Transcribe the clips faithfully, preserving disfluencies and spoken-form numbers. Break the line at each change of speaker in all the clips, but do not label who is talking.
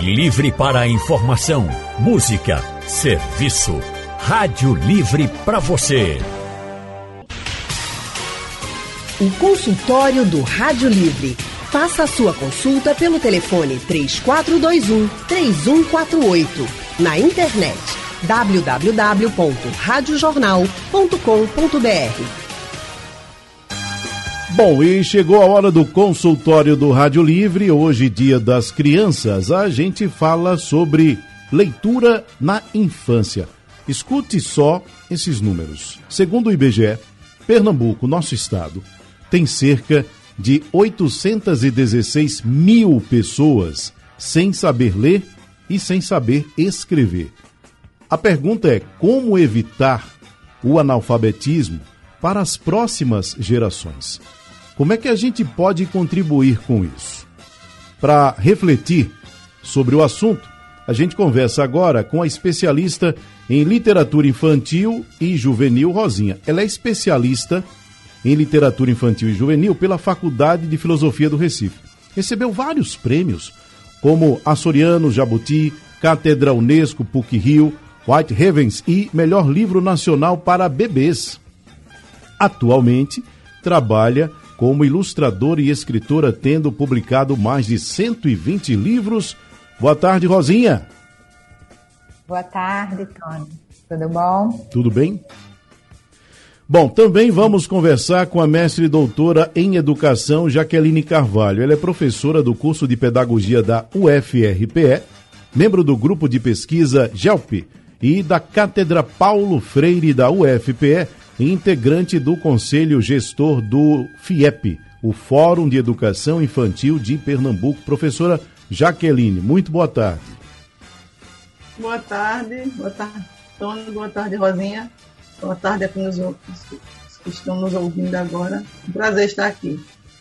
Livre para a informação, música, serviço. Rádio Livre para você.
O consultório do Rádio Livre. Faça a sua consulta pelo telefone três quatro dois um, três um quatro oito. Na internet w w w ponto rádio jornal ponto com ponto b r.
Bom, e chegou a hora do consultório do Rádio Livre. Hoje, Dia das Crianças, a gente fala sobre leitura na infância. Escute só esses números. Segundo o I B G E, Pernambuco, nosso estado, tem cerca de oitocentos e dezesseis mil pessoas sem saber ler e sem saber escrever. A pergunta é: como evitar o analfabetismo para as próximas gerações? Como é que a gente pode contribuir com isso? Para refletir sobre o assunto, a gente conversa agora com a especialista em literatura infantil e juvenil, Rosinha. Ela é especialista em literatura infantil e juvenil pela Faculdade de Filosofia do Recife. Recebeu vários prêmios, como Açoriano, Jabuti, Cátedra Unesco, P U C-Rio, White Heavens e Melhor Livro Nacional para Bebês. Atualmente, trabalha como ilustradora e escritora, tendo publicado mais de cento e vinte livros. Boa tarde, Rosinha.
Boa tarde, Tony. Tudo bom?
Tudo bem? Bom, também vamos conversar com a mestre e doutora em educação, Jaqueline Carvalho. Ela é professora do curso de pedagogia da U F R P E, membro do grupo de pesquisa GELP e da Cátedra Paulo Freire da U F P E, e integrante do Conselho Gestor do FIEP, o Fórum de Educação Infantil de Pernambuco. Professora Jaqueline, muito boa tarde.
Boa tarde, boa tarde, Tony, boa tarde, Rosinha. Boa tarde a todos os que estão nos ouvindo agora. Um prazer estar aqui.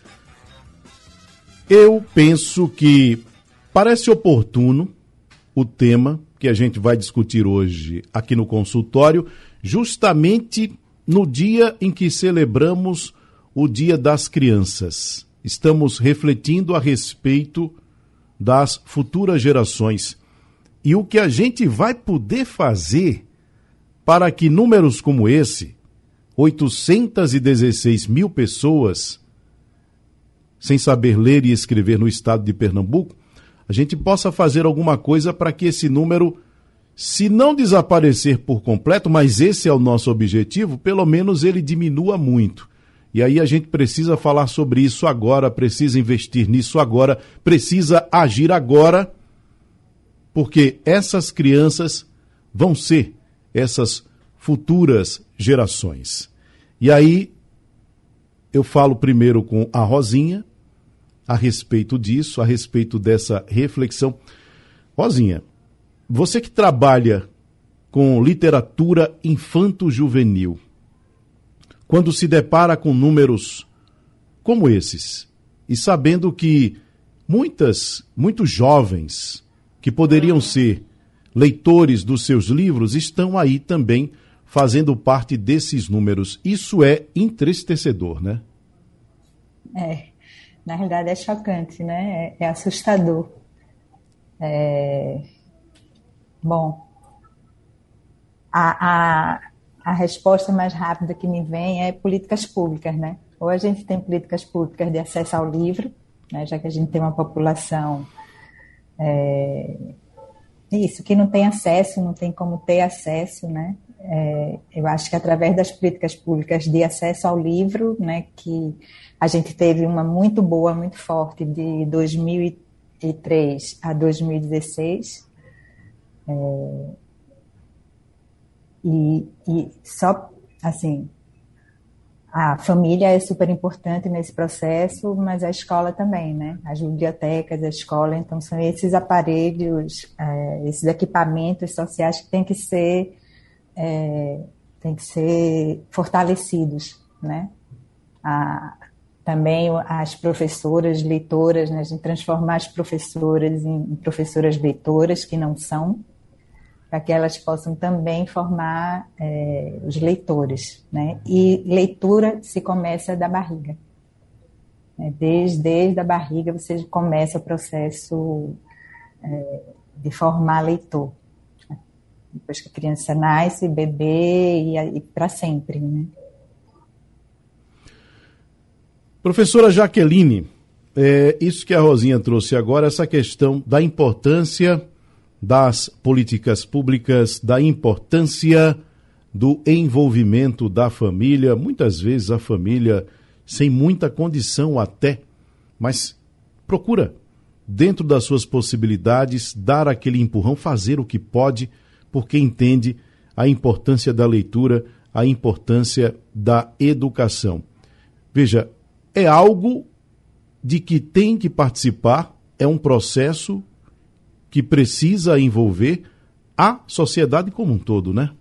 Eu penso que parece oportuno o tema que a gente vai discutir hoje aqui no consultório, justamente no dia em que celebramos o Dia das Crianças. Estamos refletindo a respeito das futuras gerações e o que a gente vai poder fazer para que números como esse, oitocentos e dezesseis mil pessoas sem saber ler e escrever no estado de Pernambuco, a gente possa fazer alguma coisa para que esse número, se não desaparecer por completo, mas esse é o nosso objetivo, pelo menos ele diminua muito. E aí a gente precisa falar sobre isso agora, precisa investir nisso agora, precisa agir agora, porque essas crianças vão ser essas futuras gerações. E aí eu falo primeiro com a Rosinha a respeito disso, a respeito dessa reflexão. Rosinha, você que trabalha com literatura infanto-juvenil, quando se depara com números como esses, e sabendo que muitas, muitos jovens que poderiam ser leitores dos seus livros estão aí também fazendo parte desses números. Isso é entristecedor, né?
É, na realidade é chocante, né? É, é assustador. É... Bom, a, a, a resposta mais rápida que me vem é políticas públicas, né? Ou a gente tem políticas públicas de acesso ao livro, né? Já que a gente tem uma população é, isso, que não tem acesso, não tem como ter acesso, né? É, eu acho que através das políticas públicas de acesso ao livro, né, que a gente teve uma muito boa, muito forte de dois mil e três a dois mil e dezesseis, é, e, e só, assim, a família é super importante nesse processo, mas a escola também, né? As bibliotecas, a escola, então são esses aparelhos, é, esses equipamentos sociais que têm que ser, é, têm que ser fortalecidos, né? A, também as professoras leitoras, né? A gente transformar as professoras em, em professoras leitoras, que não são, para que elas possam também formar é, os leitores, né? E leitura se começa da barriga. Né? Desde, desde a barriga você começa o processo é, de formar leitor. Depois que a criança nasce, bebê e, e para sempre, né?
Professora Jaqueline, é, isso que a Rosinha trouxe agora, essa questão da importância das políticas públicas, da importância do envolvimento da família, muitas vezes a família sem muita condição até, mas procura, dentro das suas possibilidades, dar aquele empurrão, fazer o que pode, porque entende a importância da leitura, a importância da educação. Veja, é algo de que tem que participar, é um processo que precisa envolver a sociedade como um todo, né?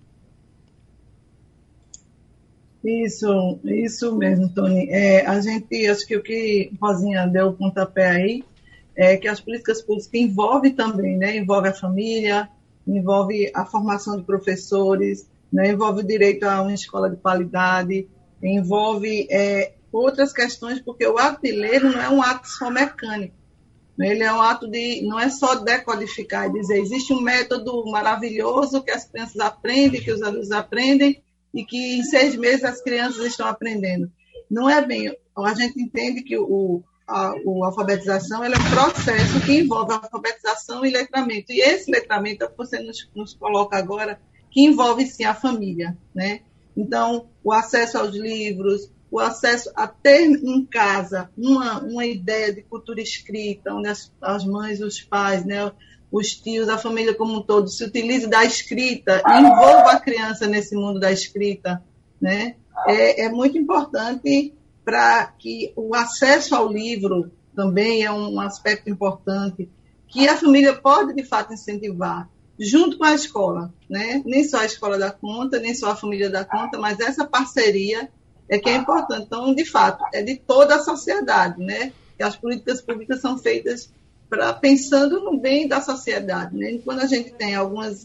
Isso, isso mesmo, Tony. É, a gente, acho que o que Rosinha deu o pontapé aí, é que as políticas públicas envolvem também, né? Envolve a família, envolve a formação de professores, né? Envolve o direito a uma escola de qualidade, envolve é, outras questões, porque o ato de ler não é um ato só mecânico. Ele é um ato de, não é só decodificar e dizer, existe um método maravilhoso que as crianças aprendem, que os alunos aprendem, e que em seis meses as crianças estão aprendendo. Não é bem, a gente entende que o, a, a alfabetização ela é um processo que envolve a alfabetização e letramento. E esse letramento é o que você nos, nos coloca agora, que envolve sim a família, né? Então, o acesso aos livros, o acesso a ter em casa uma, uma ideia de cultura escrita, onde as, as mães, os pais, né, os tios, a família como um todo, se utilize da escrita e envolva a criança nesse mundo da escrita, né? É, é muito importante para que o acesso ao livro também é um aspecto importante, que a família pode, de fato, incentivar, junto com a escola, né? Nem só a escola dá conta, nem só a família dá conta, mas essa parceria é que é importante. Então, de fato, é de toda a sociedade, né? Que as políticas públicas são feitas pra, pensando no bem da sociedade, né? E quando a gente tem algumas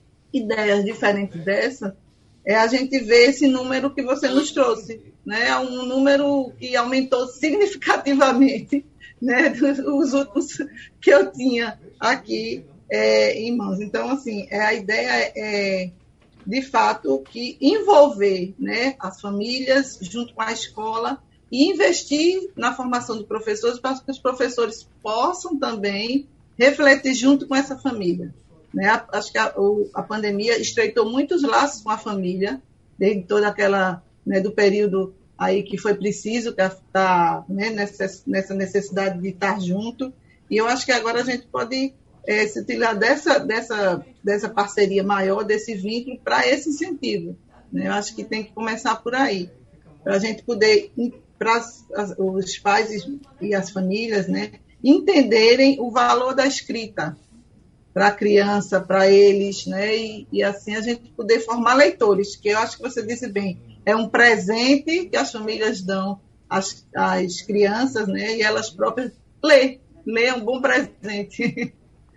ideias diferentes dessa, é a gente vê esse número que você nos trouxe, né? É um número que aumentou significativamente, né? Dos últimos que eu tinha aqui é, em mãos. Então, assim, é, a ideia é, de fato, que envolver, né, as famílias junto com a escola e investir na formação de professores para que os professores possam também refletir junto com essa família, né? Acho que a, a pandemia estreitou muitos laços com a família, desde toda aquela, né, do período aí que foi preciso estar, né, nessa, nessa necessidade de estar junto, e eu acho que agora a gente pode é, se utilizar dessa, dessa, dessa parceria maior, desse vínculo, para esse incentivo, né? Eu acho que tem que começar por aí, para a gente poder, para as, as, os pais e as famílias, né, entenderem o valor da escrita para a criança, para eles, né, e, e assim a gente poder formar leitores, que eu acho que você disse bem, é um presente que as famílias dão às, às crianças, né, e elas próprias lê, lê é um bom presente.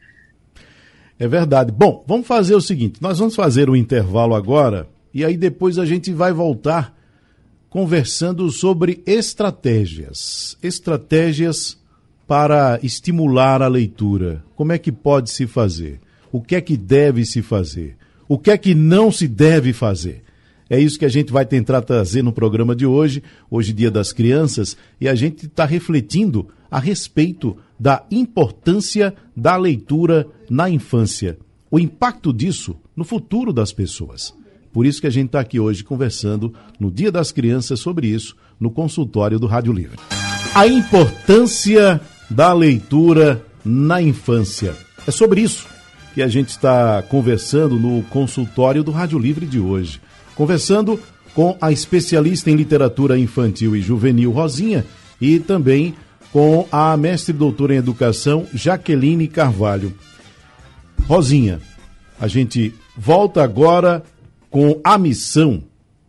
É verdade. Bom, vamos fazer o seguinte, nós vamos fazer um intervalo agora, e aí depois a gente vai voltar conversando sobre estratégias, estratégias para estimular a leitura. Como é que pode se fazer? O que é que deve se fazer? O que é que não se deve fazer? É isso que a gente vai tentar trazer no programa de hoje, hoje Dia das Crianças, e a gente está refletindo a respeito da importância da leitura na infância, o impacto disso no futuro das pessoas. Por isso que a gente está aqui hoje conversando no Dia das Crianças sobre isso, no consultório do Rádio Livre. A importância da leitura na infância. É sobre isso que a gente está conversando no consultório do Rádio Livre de hoje. Conversando com a especialista em literatura infantil e juvenil Rosinha e também com a mestre doutora em educação Jaqueline Carvalho. Rosinha, a gente volta agora com a missão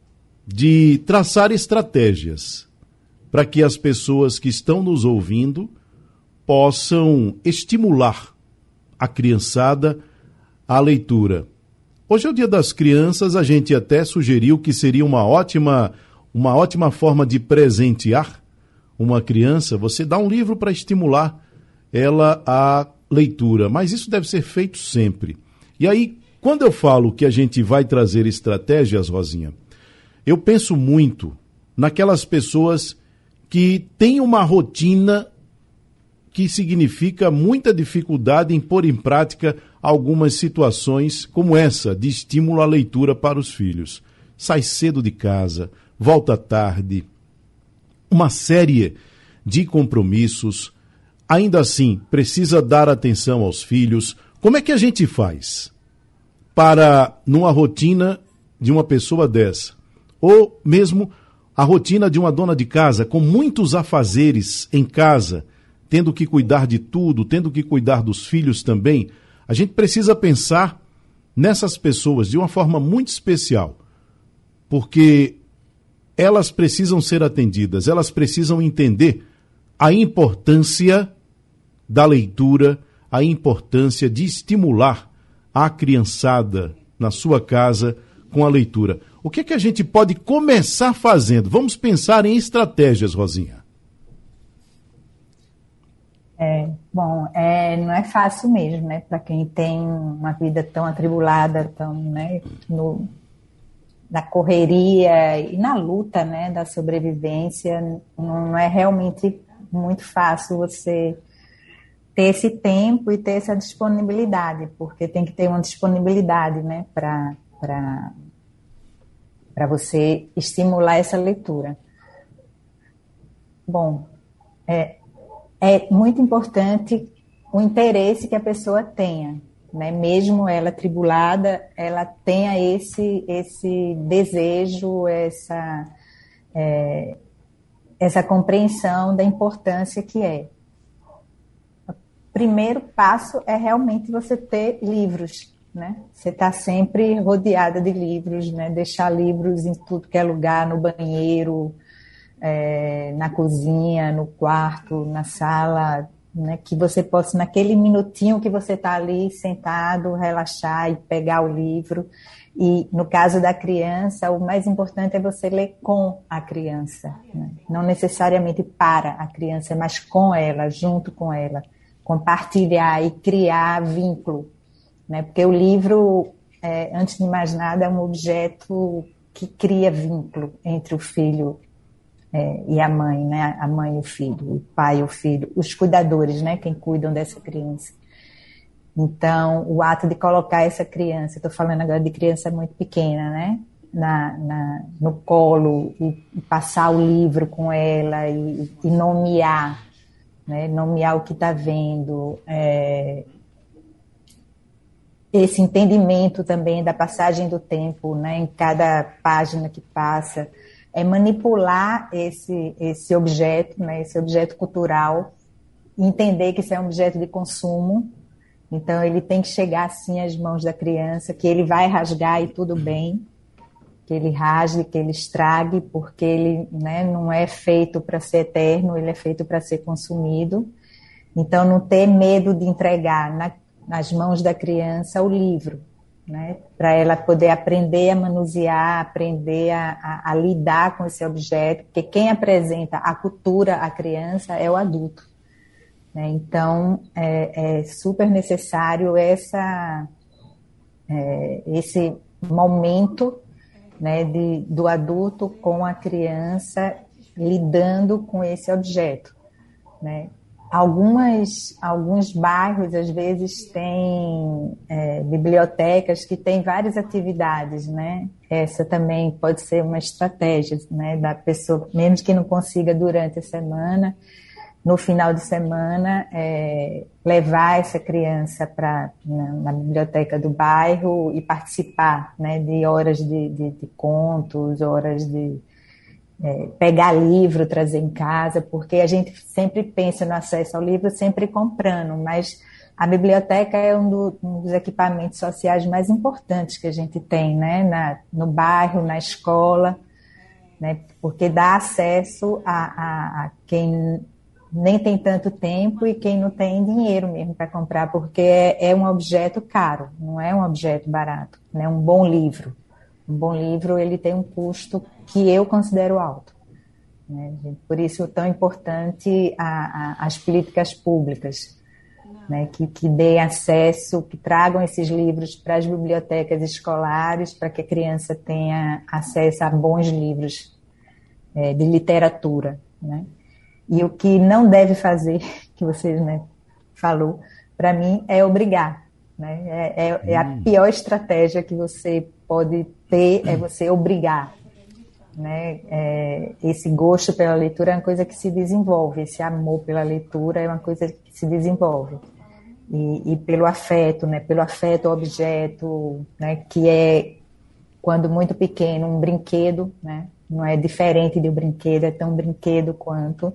de traçar estratégias para que as pessoas que estão nos ouvindo possam estimular a criançada à leitura. Hoje é o Dia das Crianças, a gente até sugeriu que seria uma ótima, uma ótima forma de presentear uma criança, você dá um livro para estimular ela a leitura, mas isso deve ser feito sempre. E aí, quando eu falo que a gente vai trazer estratégias, Rosinha, eu penso muito naquelas pessoas que têm uma rotina que significa muita dificuldade em pôr em prática algumas situações como essa, de estímulo à leitura para os filhos. Sai cedo de casa, volta tarde, uma série de compromissos, ainda assim precisa dar atenção aos filhos. Como é que a gente faz para, numa rotina de uma pessoa dessa, ou mesmo a rotina de uma dona de casa com muitos afazeres em casa, tendo que cuidar de tudo, tendo que cuidar dos filhos também, a gente precisa pensar nessas pessoas de uma forma muito especial, porque elas precisam ser atendidas, elas precisam entender a importância da leitura, a importância de estimular a criançada na sua casa com a leitura. O que é que a gente pode começar fazendo? Vamos pensar em estratégias, Rosinha.
É, bom, é, não é fácil mesmo, né? Para quem tem uma vida tão atribulada, tão, né, no, na correria e na luta, né, da sobrevivência, não é realmente muito fácil você ter esse tempo e ter essa disponibilidade, porque tem que ter uma disponibilidade, né, para para você estimular essa leitura. Bom, é, é muito importante o interesse que a pessoa tenha, né? Mesmo ela atribulada, ela tenha esse, esse desejo, essa, é, essa compreensão da importância que é. O primeiro passo é realmente você ter livros, né? Você está sempre rodeada de livros, né? Deixar livros em tudo que é lugar, no banheiro, É, na cozinha, no quarto, na sala, né, que você possa, naquele minutinho que você está ali sentado, relaxar e pegar o livro. E no caso da criança, o mais importante é você ler com a criança, né? Não necessariamente para a criança, mas com ela, junto com ela, compartilhar e criar vínculo, né? Porque o livro, é, antes de mais nada, é um objeto que cria vínculo entre o filho É, e a mãe, né? A mãe e o filho, o pai e o filho, os cuidadores, né? Quem cuidam dessa criança. Então, o ato de colocar essa criança, estou falando agora de criança muito pequena, né? Na, na, no colo e, e passar o livro com ela e, e nomear, né? Nomear o que está vendo, é, esse entendimento também da passagem do tempo, né? Em cada página que passa, é manipular esse, esse objeto, né, esse objeto cultural, entender que isso é um objeto de consumo, então ele tem que chegar assim às mãos da criança, que ele vai rasgar e tudo bem, que ele rasgue, que ele estrague, porque ele, né, não é feito para ser eterno, ele é feito para ser consumido. Então não ter medo de entregar na, nas mãos da criança o livro, né, para ela poder aprender a manusear, aprender a, a, a lidar com esse objeto, porque quem apresenta a cultura à criança é o adulto, né? Então é, é super necessário essa, é, esse momento, né, de, do adulto com a criança lidando com esse objeto, né? Algumas, alguns bairros, às vezes, têm é, bibliotecas que têm várias atividades, né? Essa também pode ser uma estratégia, né, da pessoa, mesmo que não consiga durante a semana, no final de semana, é, levar essa criança para na, na biblioteca do bairro e participar, né, de horas de, de, de contos, horas de... É, pegar livro, trazer em casa, porque a gente sempre pensa no acesso ao livro sempre comprando, mas a biblioteca é um, do, um dos equipamentos sociais mais importantes que a gente tem, né, na, no bairro, na escola, né, porque dá acesso a, a, a quem nem tem tanto tempo e quem não tem dinheiro mesmo para comprar, porque é, é um objeto caro, não é um objeto barato, né, um bom livro. Um bom livro, ele tem um custo que eu considero alto, né? Por isso, tão importante a, a, as políticas públicas, né, que, que dê acesso, que tragam esses livros para as bibliotecas escolares, para que a criança tenha acesso a bons livros é, de literatura, né? E o que não deve fazer, que você, né, falou, para mim, é obrigar, né? É, é, é a pior estratégia que você pode ter, é você obrigar, né? É, esse gosto pela leitura é uma coisa que se desenvolve, esse amor pela leitura é uma coisa que se desenvolve. E, e pelo afeto, né? Pelo afeto ao objeto, né? Que é, quando muito pequeno, um brinquedo, né? Não é diferente de um brinquedo, é tão brinquedo quanto.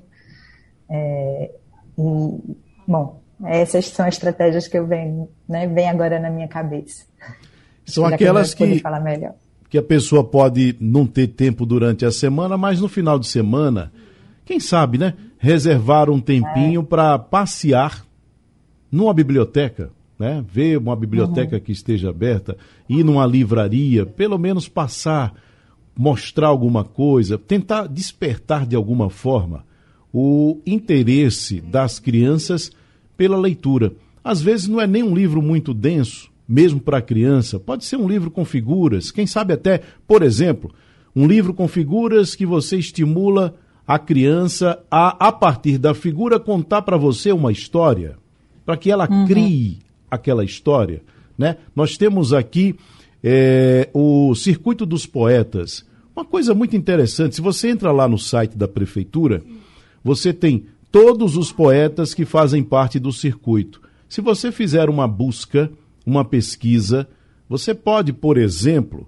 É, e, bom, essas são as estratégias que eu venho, né? Vem agora na minha cabeça.
São aquelas que,
falar melhor.
que a pessoa pode não ter tempo durante a semana, mas no final de semana, quem sabe, né? Reservar um tempinho é. para passear numa biblioteca, né? Ver uma biblioteca uhum. que esteja aberta, ir numa livraria, pelo menos passar, mostrar alguma coisa, tentar despertar de alguma forma o interesse das crianças pela leitura. Às vezes não é nem um livro muito denso, mesmo para a criança, pode ser um livro com figuras, quem sabe até, por exemplo, um livro com figuras que você estimula a criança a, a partir da figura, contar para você uma história, para que ela uhum. crie aquela história, né? Nós temos aqui é, o Circuito dos Poetas, uma coisa muito interessante, se você entra lá no site da prefeitura, você tem todos os poetas que fazem parte do circuito. Se você fizer uma busca, uma pesquisa, você pode, por exemplo,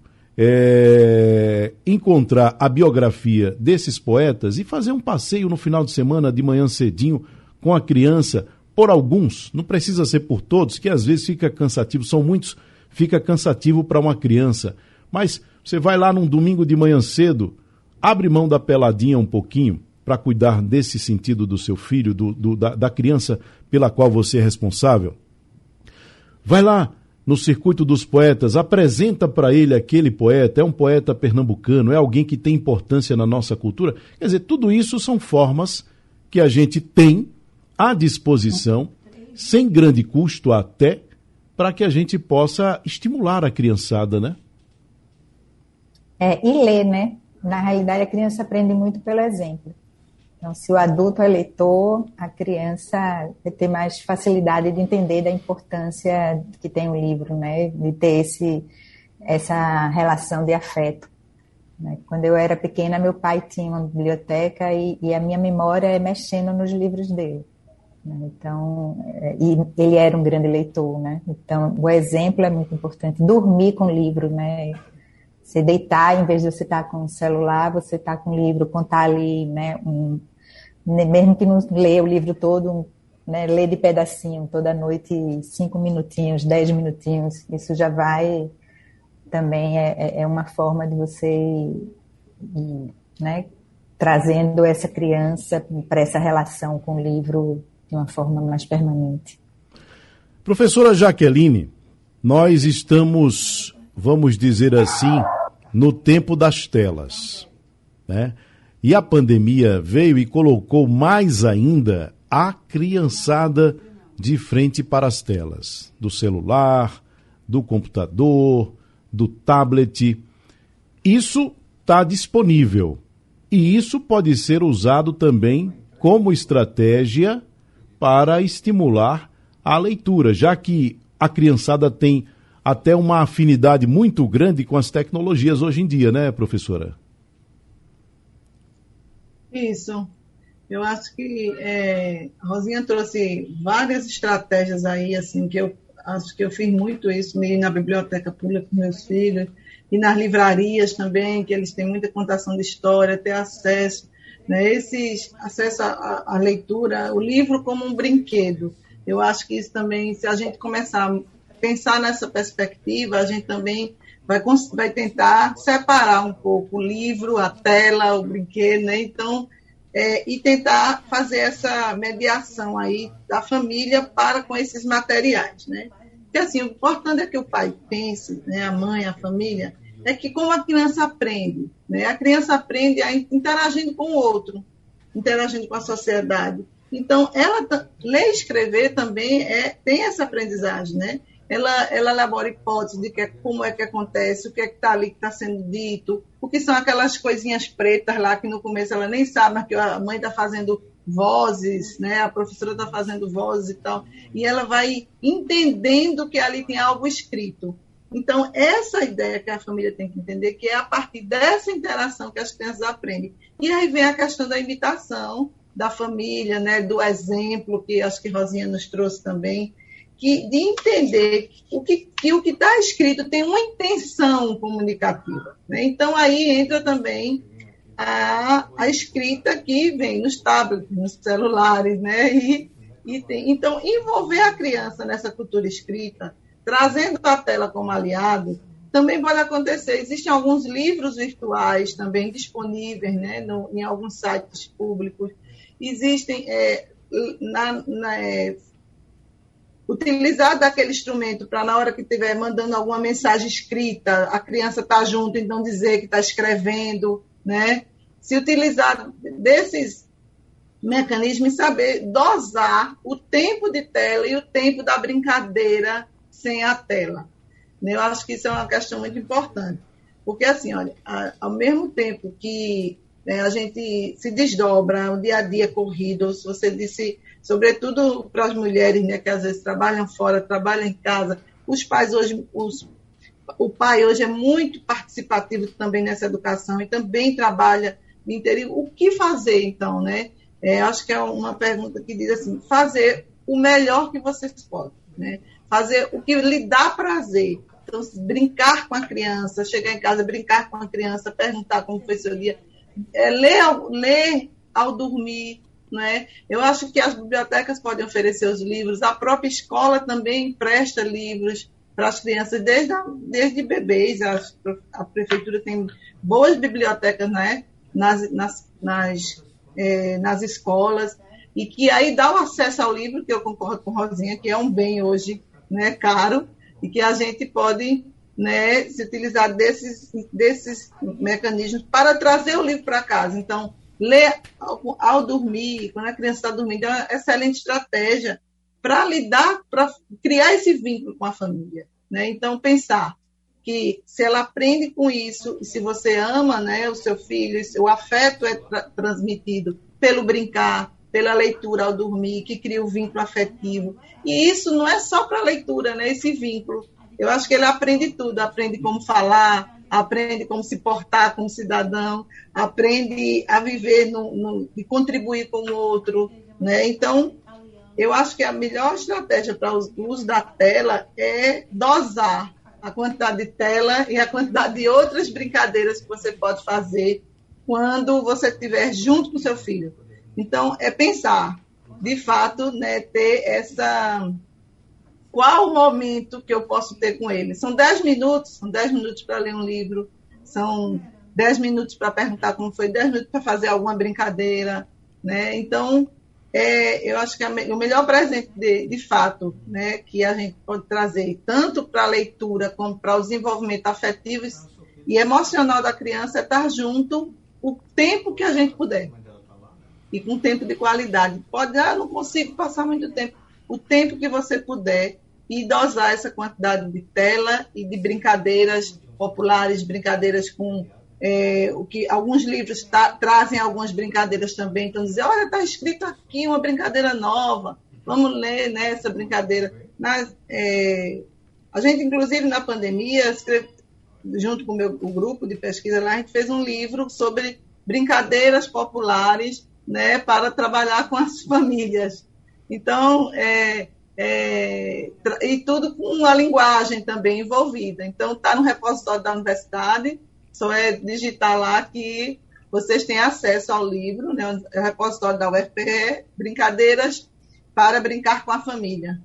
é, encontrar a biografia desses poetas e fazer um passeio no final de semana, de manhã cedinho, com a criança, por alguns, não precisa ser por todos, que às vezes fica cansativo, são muitos, fica cansativo para uma criança. Mas você vai lá num domingo de manhã cedo, abre mão da peladinha um pouquinho, para cuidar desse sentido do seu filho, do, do, da, da criança pela qual você é responsável. Vai lá no Circuito dos Poetas, apresenta para ele aquele poeta, é um poeta pernambucano, é alguém que tem importância na nossa cultura. Quer dizer, tudo isso são formas que a gente tem à disposição, sem grande custo até, para que a gente possa estimular a criançada, né?
É, e ler, né? Na realidade, a criança aprende muito pelo exemplo. Então, se o adulto é leitor, a criança vai ter mais facilidade de entender da importância que tem o livro, né? De ter esse, essa relação de afeto. Né? Quando eu era pequena, meu pai tinha uma biblioteca e, e a minha memória é mexendo nos livros dele. Né? Então, e ele era um grande leitor, né? Então, o exemplo é muito importante. Dormir com o livro, né? Você deitar, em vez de você estar com o celular, você está com o livro, contar ali, né? Um, mesmo que não lê o livro todo, né, lê de pedacinho, toda noite, cinco minutinhos, dez minutinhos, isso já vai, também é, é uma forma de você ir, né, trazendo essa criança para essa relação com o livro de uma forma mais permanente.
Professora Jaqueline, nós estamos, vamos dizer assim, no tempo das telas, né? E a pandemia veio e colocou mais ainda a criançada de frente para as telas, do celular, do computador, do tablet. Isso está disponível e isso pode ser usado também como estratégia para estimular a leitura, já que a criançada tem até uma afinidade muito grande com as tecnologias hoje em dia, né, professora?
Isso. Eu acho que é, a Rosinha trouxe várias estratégias aí, assim, que eu acho que eu fiz muito isso na biblioteca pública com meus filhos e nas livrarias também, que eles têm muita contação de história, ter acesso, né, esses, acesso à, à leitura, o livro como um brinquedo. Eu acho que isso também, se a gente começar a pensar nessa perspectiva, a gente também vai, vai tentar separar um pouco o livro, a tela, o brinquedo, né? Então, é, e tentar fazer essa mediação aí da família para com esses materiais, né? Porque, assim, o importante é que o pai pense, né, a mãe, a família, é que como a criança aprende, né? A criança aprende a interagindo com o outro, interagindo com a sociedade. Então, ela ler e escrever também é, tem essa aprendizagem, né? Ela, ela elabora hipóteses de que, como é que acontece, o que é que está ali que está sendo dito, o que são aquelas coisinhas pretas lá que no começo ela nem sabe, mas que a mãe está fazendo vozes, né? A professora está fazendo vozes e tal, e ela vai entendendo que ali tem algo escrito. Então, essa ideia que a família tem que entender, que é a partir dessa interação que as crianças aprendem. E aí vem a questão da imitação da família, né? Do exemplo, que acho que Rosinha nos trouxe também, que, de entender o que, que o que está escrito tem uma intenção comunicativa, né? Então, aí entra também a, a escrita que vem nos tablets, nos celulares, né? E, e tem, então, envolver a criança nessa cultura escrita, trazendo a tela como aliado, também pode acontecer. Existem alguns livros virtuais também disponíveis, né? No, em alguns sites públicos. Existem... É, na, na, é, utilizar daquele instrumento para, na hora que estiver mandando alguma mensagem escrita, a criança está junto, então dizer que está escrevendo, né? Se utilizar desses mecanismos e saber dosar o tempo de tela e o tempo da brincadeira sem a tela. Eu acho que isso é uma questão muito importante. Porque, assim, olha, ao mesmo tempo que, né, a gente se desdobra, o dia a dia corrido, se você disse... sobretudo para as mulheres, né, que às vezes trabalham fora, trabalham em casa. Os pais hoje, os, o pai hoje é muito participativo também nessa educação e também trabalha no interior. O que fazer, então, né? É, acho que é uma pergunta que diz assim, fazer o melhor que vocês podem, né? Fazer o que lhe dá prazer. Então, brincar com a criança, chegar em casa, brincar com a criança, perguntar como foi seu dia, é, ler, ler ao dormir, né? Eu acho que as bibliotecas podem oferecer os livros, a própria escola também empresta livros para as crianças, desde, a, desde bebês. A, a prefeitura tem boas bibliotecas, né? nas, nas, nas, é, nas escolas, e que aí dá o acesso ao livro, que eu concordo com Rosinha, que é um bem hoje, né, caro, e que a gente pode, né, se utilizar desses, desses mecanismos para trazer o livro para casa. Então, ler ao, ao dormir, quando a criança está dormindo, é uma excelente estratégia para lidar, para criar esse vínculo com a família, né? Então, pensar que se ela aprende com isso, e se você ama, né, o seu filho, o afeto é tra- transmitido pelo brincar, pela leitura ao dormir, que cria o vínculo afetivo. E isso não é só para a leitura, né, esse vínculo. Eu acho que ele aprende tudo, aprende como falar, aprende como se portar como cidadão, aprende a viver no, no, e contribuir com o outro, né? Então, eu acho que a melhor estratégia para o uso da tela é dosar a quantidade de tela e a quantidade de outras brincadeiras que você pode fazer quando você estiver junto com seu filho. Então, é pensar, de fato, né, ter essa... Qual o momento que eu posso ter com ele? São dez minutos, são dez minutos para ler um livro, são dez minutos para perguntar como foi, dez minutos para fazer alguma brincadeira, né? Então, é, eu acho que a, o melhor presente, de, de fato, né, que a gente pode trazer, tanto para a leitura como para o desenvolvimento afetivo e emocional da criança, é estar junto o tempo que a gente puder. E com tempo de qualidade. Pode, ah, não consigo passar muito tempo. O tempo que você puder, e dosar essa quantidade de tela e de brincadeiras populares, brincadeiras com é, o que alguns livros tá, trazem algumas brincadeiras também, então dizer, olha, está escrito aqui uma brincadeira nova, vamos ler, né, essa brincadeira. Nas, é, a gente, inclusive, na pandemia, escreve, junto com o meu o grupo de pesquisa lá, a gente fez um livro sobre brincadeiras populares, né, para trabalhar com as famílias. Então, é, é, e tudo com uma linguagem também envolvida. Então, está no repositório da universidade, só é digitar lá que vocês têm acesso ao livro, né, o repositório da U F P E, Brincadeiras para Brincar com a Família,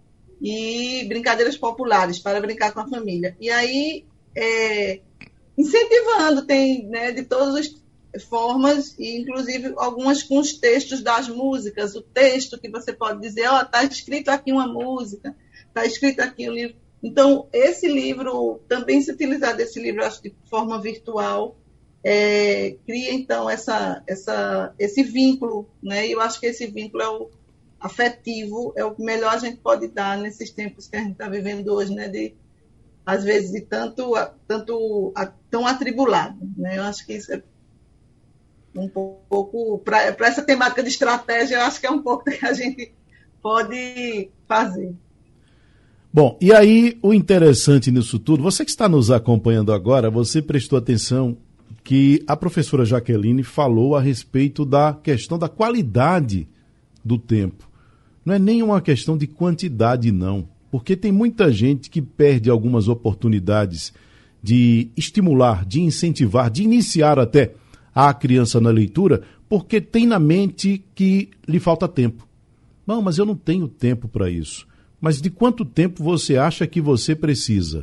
e Brincadeiras Populares para Brincar com a Família. E aí, é, incentivando, tem, né, de todos os formas, e inclusive algumas com os textos das músicas, o texto que você pode dizer, ó, oh, está escrito aqui uma música, está escrito aqui um livro. Então, esse livro, também se utilizar desse livro, acho que de forma virtual, é, cria então essa, essa, esse vínculo, né? E eu acho que esse vínculo é o, afetivo é o que melhor a gente pode dar nesses tempos que a gente está vivendo hoje, né? De, às vezes, de tanto, tanto tão atribulado, né? Eu acho que isso é um pouco, para essa temática de estratégia, eu acho que é um pouco que a gente pode fazer.
Bom, e aí o interessante nisso tudo, você que está nos acompanhando agora, você prestou atenção que a professora Jaqueline falou a respeito da questão da qualidade do tempo. Não é nem uma questão de quantidade, não, porque tem muita gente que perde algumas oportunidades de estimular, de incentivar, de iniciar até a criança na leitura, porque tem na mente que lhe falta tempo. Não, mas eu não tenho tempo para isso. Mas de quanto tempo você acha que você precisa?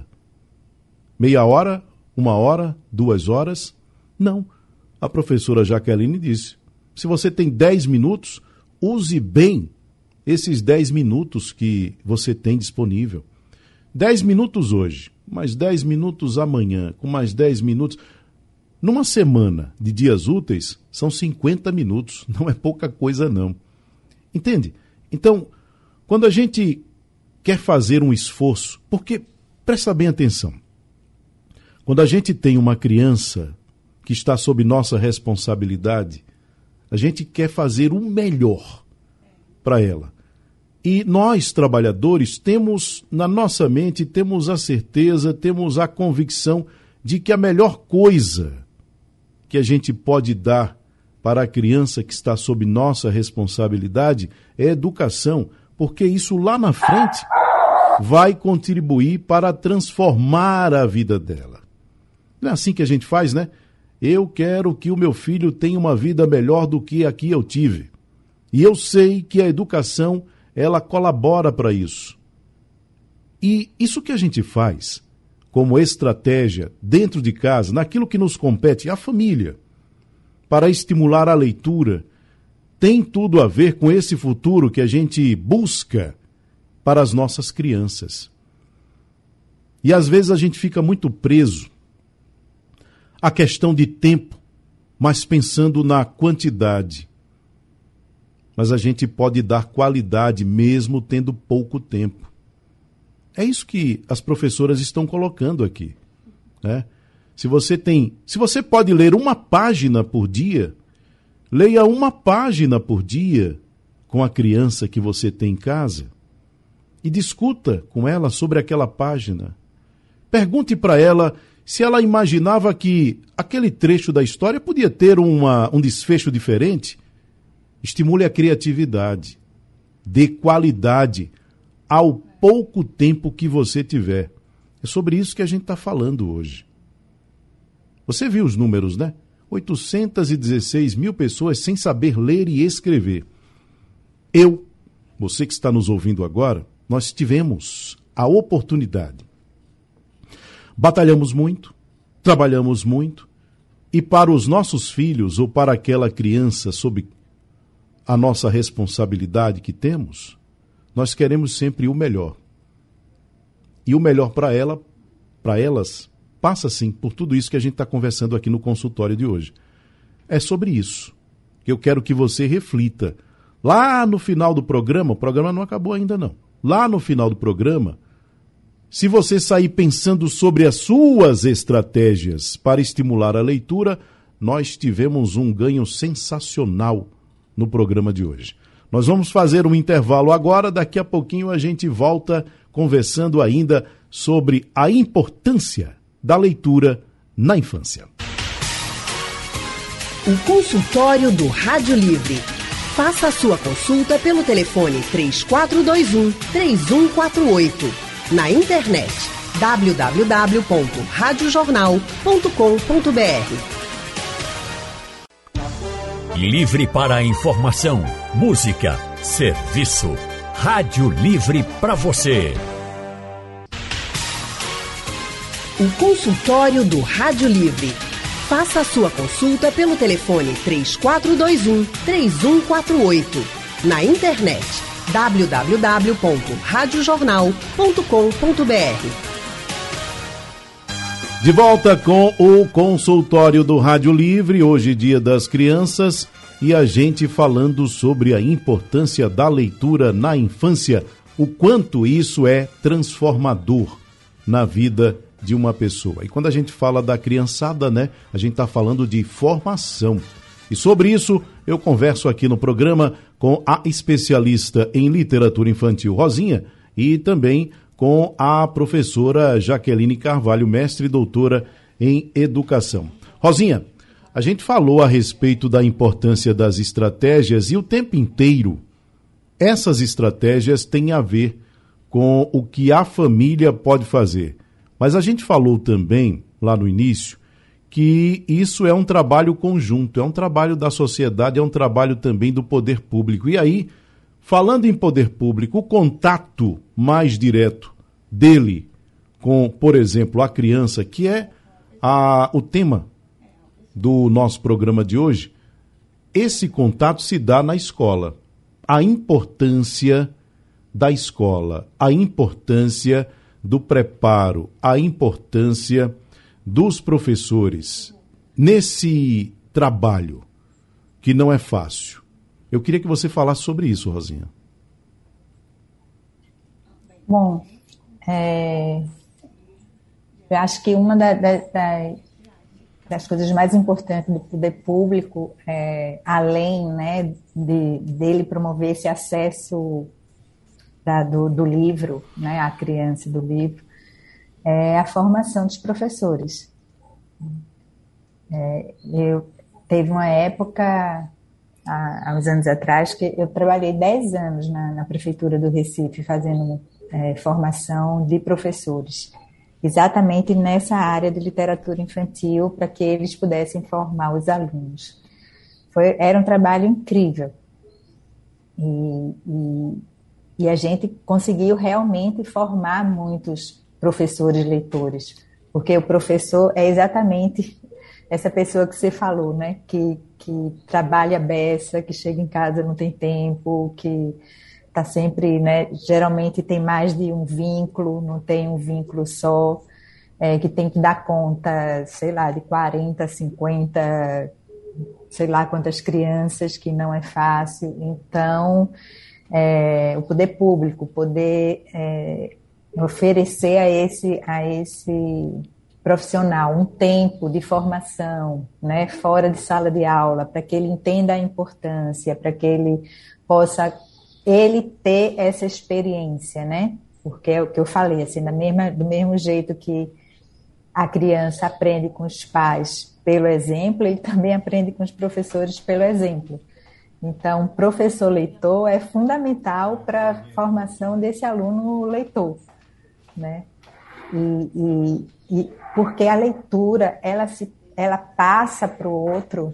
Meia hora? Uma hora? Duas horas? Não. A professora Jaqueline disse, se você tem dez minutos, use bem esses dez minutos que você tem disponível. Dez minutos hoje, mais dez minutos amanhã, com mais dez minutos. Numa semana de dias úteis, são cinquenta minutos. Não é pouca coisa, não. Entende? Então, quando a gente quer fazer um esforço, porque, presta bem atenção, quando a gente tem uma criança que está sob nossa responsabilidade, a gente quer fazer o melhor para ela. E nós, trabalhadores, temos na nossa mente, temos a certeza, temos a convicção de que a melhor coisa que a gente pode dar para a criança que está sob nossa responsabilidade é educação, porque isso lá na frente vai contribuir para transformar a vida dela. Não é assim que a gente faz, né? Eu quero que o meu filho tenha uma vida melhor do que a que eu tive. E eu sei que a educação, ela colabora para isso. E isso que a gente faz como estratégia dentro de casa, naquilo que nos compete, a família, para estimular a leitura, tem tudo a ver com esse futuro que a gente busca para as nossas crianças. E às vezes a gente fica muito preso à questão de tempo, mas pensando na quantidade. Mas a gente pode dar qualidade mesmo tendo pouco tempo. É isso que as professoras estão colocando aqui, né? Se você tem, se você pode ler uma página por dia, leia uma página por dia com a criança que você tem em casa e discuta com ela sobre aquela página. Pergunte para ela se ela imaginava que aquele trecho da história podia ter uma, um desfecho diferente. Estimule a criatividade, dê qualidade ao pouco tempo que você tiver. É sobre isso que a gente está falando hoje. Você viu os números, né? oitocentas e dezesseis mil pessoas sem saber ler e escrever. Eu, você que está nos ouvindo agora, nós tivemos a oportunidade. Batalhamos muito, trabalhamos muito, e para os nossos filhos ou para aquela criança sob a nossa responsabilidade que temos, nós queremos sempre o melhor. E o melhor para ela, para elas, passa sim por tudo isso que a gente está conversando aqui no consultório de hoje. É sobre isso que eu quero que você reflita. Lá no final do programa, o programa não acabou ainda não. Lá no final do programa, se você sair pensando sobre as suas estratégias para estimular a leitura, nós tivemos um ganho sensacional no programa de hoje. Nós vamos fazer um intervalo agora, daqui a pouquinho a gente volta conversando ainda sobre a importância da leitura na infância.
O consultório do Rádio Livre. Faça a sua consulta pelo telefone três quatro dois um, três um quatro oito. Na internet w w w ponto rádio jornal ponto com ponto b r.
Livre para a informação, música, serviço. Rádio Livre para você.
O consultório do Rádio Livre. Faça a sua consulta pelo telefone três quatro dois um, três um quatro oito. Na internet w w w ponto rádio jornal ponto com ponto b r.
De volta com o consultório do Rádio Livre, hoje dia das crianças, e a gente falando sobre a importância da leitura na infância, o quanto isso é transformador na vida de uma pessoa. E quando a gente fala da criançada, né, a gente está falando de formação. E sobre isso eu converso aqui no programa com a especialista em literatura infantil Rosinha e também com a professora Jaqueline Carvalho, mestre e doutora em educação. Rosinha, a gente falou a respeito da importância das estratégias e o tempo inteiro essas estratégias têm a ver com o que a família pode fazer. Mas a gente falou também, lá no início, que isso é um trabalho conjunto, é um trabalho da sociedade, é um trabalho também do poder público. E aí, falando em poder público, o contato mais direto dele com, por exemplo, a criança, que é a, o tema do nosso programa de hoje, esse contato se dá na escola. A importância da escola, a importância do preparo, a importância dos professores nesse trabalho que não é fácil. Eu queria que você falasse sobre isso, Rosinha.
Bom, é, eu acho que uma da, da, da, das coisas mais importantes do poder público, é, além, né, de, dele promover esse acesso da, do, do livro, né, à criança do livro, é a formação dos professores. É, eu teve uma época, há, há uns anos atrás, que eu trabalhei dez anos na, na Prefeitura do Recife, fazendo é, formação de professores, exatamente nessa área de literatura infantil, para que eles pudessem formar os alunos. Foi, era um trabalho incrível. E, e, e a gente conseguiu realmente formar muitos professores leitores, porque o professor é exatamente essa pessoa que você falou, né? Que, que trabalha a beça, que chega em casa não tem tempo, que está sempre, né? Geralmente tem mais de um vínculo, não tem um vínculo só, é, que tem que dar conta, sei lá, de quarenta, cinquenta, sei lá quantas crianças, que não é fácil. Então, é, o poder público, poder é, oferecer a esse, a esse profissional um tempo de formação, né, fora de sala de aula, para que ele entenda a importância, para que ele possa ele ter essa experiência, né? Porque é o que eu falei, assim, da mesma, do mesmo jeito que a criança aprende com os pais pelo exemplo, ele também aprende com os professores pelo exemplo. Então, professor leitor é fundamental para a formação desse aluno leitor, né? E, e, e porque a leitura, ela, se, ela passa para o outro,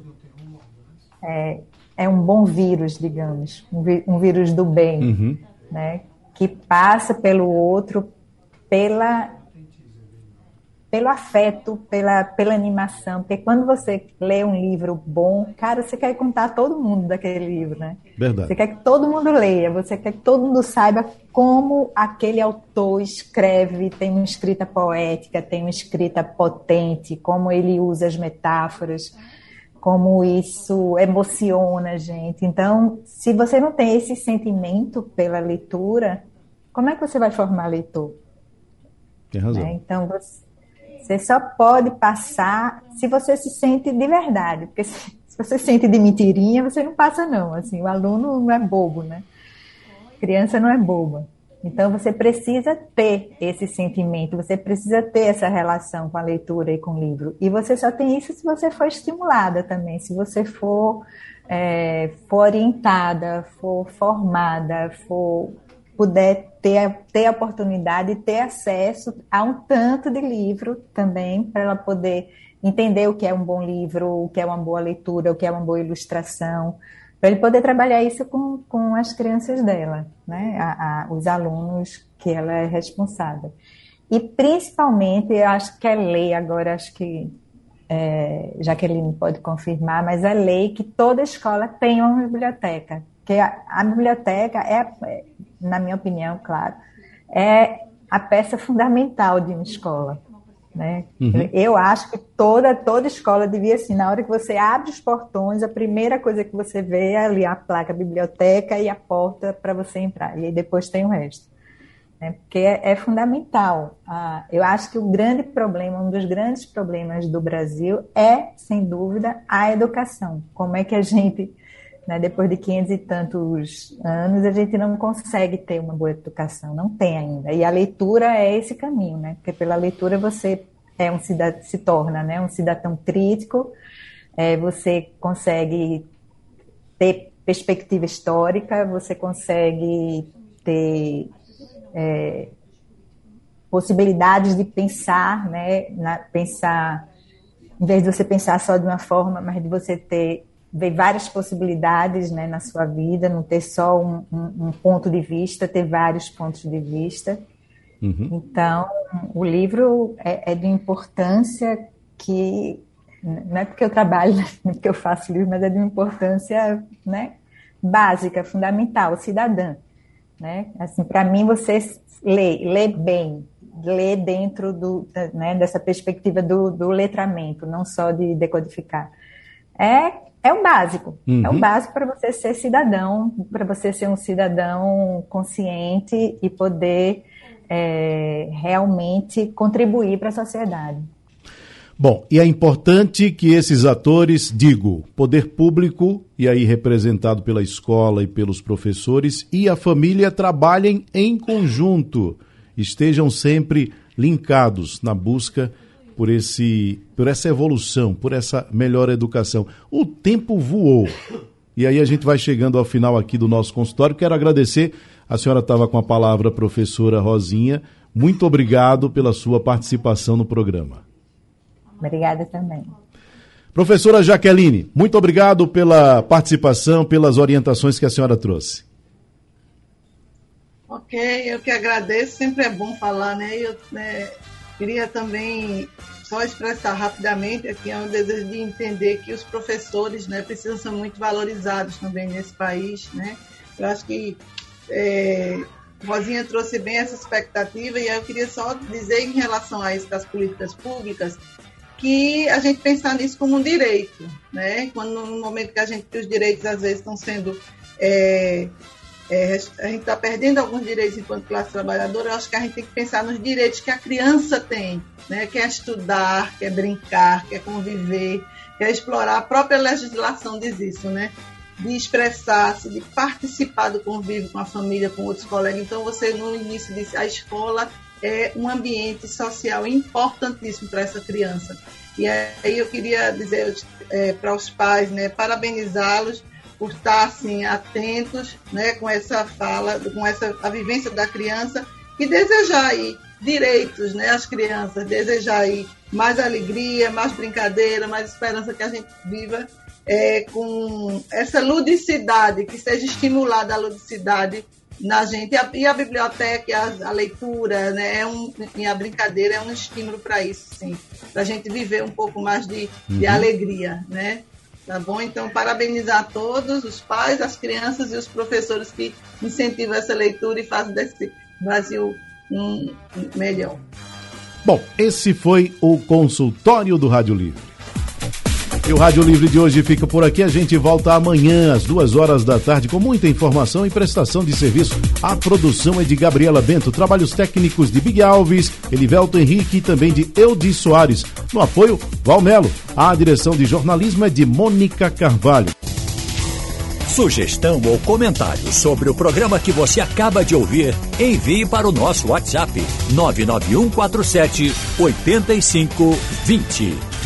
é, é um bom vírus, digamos, um, ví, um vírus do bem,
uhum.
né? Que passa pelo outro pela, pelo afeto, pela, pela animação, porque quando você lê um livro bom, cara, você quer contar a todo mundo daquele livro, né?
Verdade.
Você quer que todo mundo leia, você quer que todo mundo saiba como aquele autor escreve, tem uma escrita poética, tem uma escrita potente, como ele usa as metáforas, como isso emociona a gente. Então, se você não tem esse sentimento pela leitura, como é que você vai formar leitor?
Tem razão.
Né? Então, você, você só pode passar se você se sente de verdade, porque se, se você se sente de mentirinha, você não passa não. Assim, o aluno não é bobo, né? A criança não é boba. Então, você precisa ter esse sentimento, você precisa ter essa relação com a leitura e com o livro. E você só tem isso se você for estimulada também, se você for, é, for orientada, for formada, for, puder ter, ter a oportunidade de ter acesso a um tanto de livro também, para ela poder entender o que é um bom livro, o que é uma boa leitura, o que é uma boa ilustração, para ele poder trabalhar isso com, com as crianças dela, né? a, a, os alunos que ela é responsável. E, principalmente, eu acho que é lei, agora acho que é, Jaqueline pode confirmar, mas é lei que toda escola tenha uma biblioteca, que a, a biblioteca é, na minha opinião, claro, é a peça fundamental de uma escola. Né? Uhum. Eu acho que toda, toda escola devia, assim, na hora que você abre os portões, a primeira coisa que você vê é ali a placa biblioteca e a porta para você entrar, e aí depois tem o resto. Né? Porque é, é fundamental. Ah, eu acho que o grande problema, um dos grandes problemas do Brasil é, sem dúvida, a educação. Como é que a gente, né, depois de quinhentos e tantos anos, a gente não consegue ter uma boa educação, não tem ainda. E a leitura é esse caminho, né? Porque pela leitura você é um cidadão, se torna, né, um cidadão crítico, é, você consegue ter perspectiva histórica, você consegue ter é, possibilidades de pensar, né, na, pensar, em vez de você pensar só de uma forma, mas de você ter ver várias possibilidades, né, na sua vida, não ter só um, um, um ponto de vista, ter vários pontos de vista. Uhum. Então, o livro é, é de importância que, não é porque eu trabalho, não é porque eu faço livro, mas é de uma importância, né, básica, fundamental, cidadã. Né? Assim, para mim, você lê, lê bem, lê dentro do, né, dessa perspectiva do, do letramento, não só de decodificar. É É o básico, uhum. é o básico para você ser cidadão, para você ser um cidadão consciente e poder é, realmente contribuir para a sociedade.
Bom, e é importante que esses atores, digo, poder público, e aí representado pela escola e pelos professores, e a família trabalhem em conjunto, estejam sempre linkados na busca por esse, por essa evolução, por essa melhor educação. O tempo voou. E aí a gente vai chegando ao final aqui do nosso consultório. Quero agradecer, a senhora estava com a palavra, professora Rosinha. Muito obrigado pela sua participação no programa.
Obrigada também.
Professora Jaqueline, muito obrigado pela participação, pelas orientações que a senhora trouxe.
Ok, eu que agradeço. Sempre é bom falar, né? Eu, né... Queria também só expressar rapidamente aqui é um desejo de entender que os professores, né, precisam ser muito valorizados também nesse país, né? Eu acho que é, Rosinha trouxe bem essa expectativa e eu queria só dizer em relação a isso das políticas públicas que a gente pensar nisso como um direito, né? Quando no momento que a gente que os direitos às vezes estão sendo é, É, a gente está perdendo alguns direitos enquanto classe trabalhadora. Eu acho que a gente tem que pensar nos direitos que a criança tem, né? Quer estudar, quer brincar, quer conviver, quer explorar. A própria legislação diz isso, né? De expressar-se, de participar do convívio com a família, com outros colegas. Então, você no início disse, a escola é um ambiente social importantíssimo para essa criança. E aí eu queria dizer é, para os pais, né, parabenizá-los por estar assim, atentos, né, com essa fala, com essa, a vivência da criança e desejar aí direitos, né, às crianças, desejar aí mais alegria, mais brincadeira, mais esperança, que a gente viva é, com essa ludicidade, que seja estimulada a ludicidade na gente. E a, e a biblioteca, e a, a leitura, né, é um, e a brincadeira é um estímulo para isso, sim, para a gente viver um pouco mais de, uhum. de alegria, né? Tá bom? Então, parabenizar a todos, os pais, as crianças e os professores que incentivam essa leitura e fazem desse Brasil um melhor.
Bom, esse foi o consultório do Rádio Livre. E o Rádio Livre de hoje fica por aqui. A gente volta amanhã às duas horas da tarde com muita informação e prestação de serviço. A produção é de Gabriela Bento, trabalhos técnicos de Big Alves, Elivelto Henrique e também de Eudi Soares. No apoio, Valmelo. A direção de jornalismo é de Mônica Carvalho.
Sugestão ou comentário sobre o programa que você acaba de ouvir, envie para o nosso WhatsApp nove nove um quatro sete oito cinco dois zero.